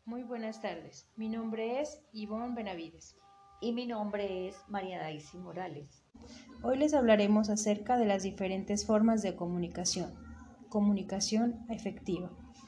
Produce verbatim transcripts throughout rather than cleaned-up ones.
Muy buenas tardes. Mi nombre es Ivonne Benavides. Y mi nombre es María Daisy Morales. Hoy les hablaremos acerca de las diferentes formas de comunicación. Comunicación efectiva.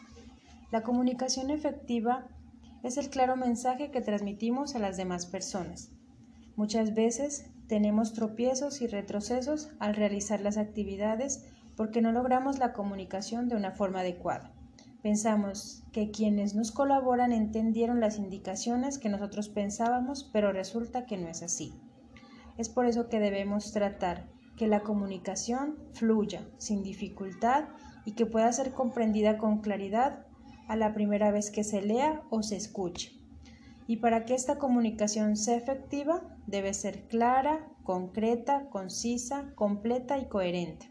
La comunicación efectiva es el claro mensaje que transmitimos a las demás personas. Muchas veces tenemos tropiezos y retrocesos al realizar las actividades porque no logramos la comunicación de una forma adecuada. Pensamos que quienes nos colaboran entendieron las indicaciones que nosotros pensábamos, pero resulta que no es así. Es por eso que debemos tratar que la comunicación fluya sin dificultad y que pueda ser comprendida con claridad a la primera vez que se lea o se escuche. Y para que esta comunicación sea efectiva, debe ser clara, concreta, concisa, completa y coherente.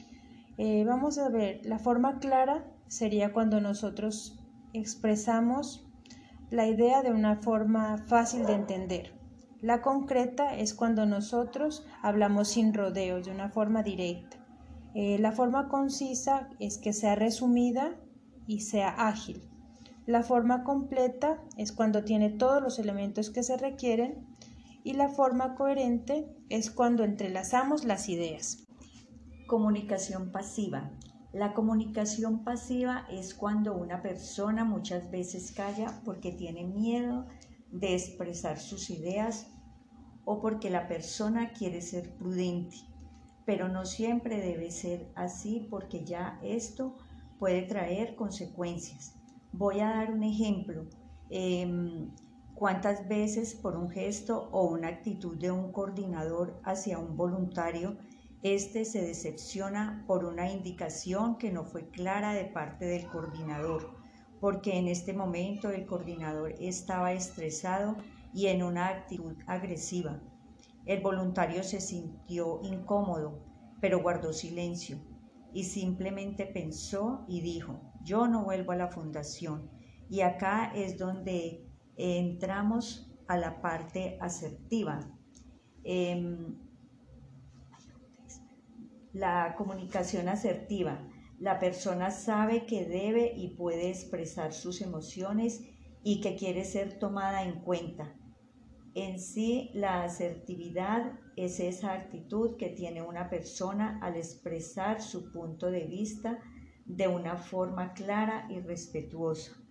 Eh, vamos a ver, la forma clara sería cuando nosotros expresamos la idea de una forma fácil de entender. La concreta es cuando nosotros hablamos sin rodeos, de una forma directa. Eh, la forma concisa es que sea resumida y sea ágil. La forma completa es cuando tiene todos los elementos que se requieren y la forma coherente es cuando entrelazamos las ideas. Comunicación pasiva. La comunicación pasiva es cuando una persona muchas veces calla porque tiene miedo de expresar sus ideas o porque la persona quiere ser prudente, pero no siempre debe ser así porque ya esto puede traer consecuencias. Voy a dar un ejemplo. Eh, ¿Cuántas veces por un gesto o una actitud de un coordinador hacia un voluntario, este se decepciona por una indicación que no fue clara de parte del coordinador, porque en este momento el coordinador estaba estresado y en una actitud agresiva? El voluntario se sintió incómodo, pero guardó silencio y simplemente pensó y dijo: yo no vuelvo a la fundación. Y acá es donde entramos a la parte asertiva. Eh, la comunicación asertiva. La persona sabe que debe y puede expresar sus emociones y que quiere ser tomada en cuenta. En sí, la asertividad es esa actitud que tiene una persona al expresar su punto de vista de una forma clara y respetuosa.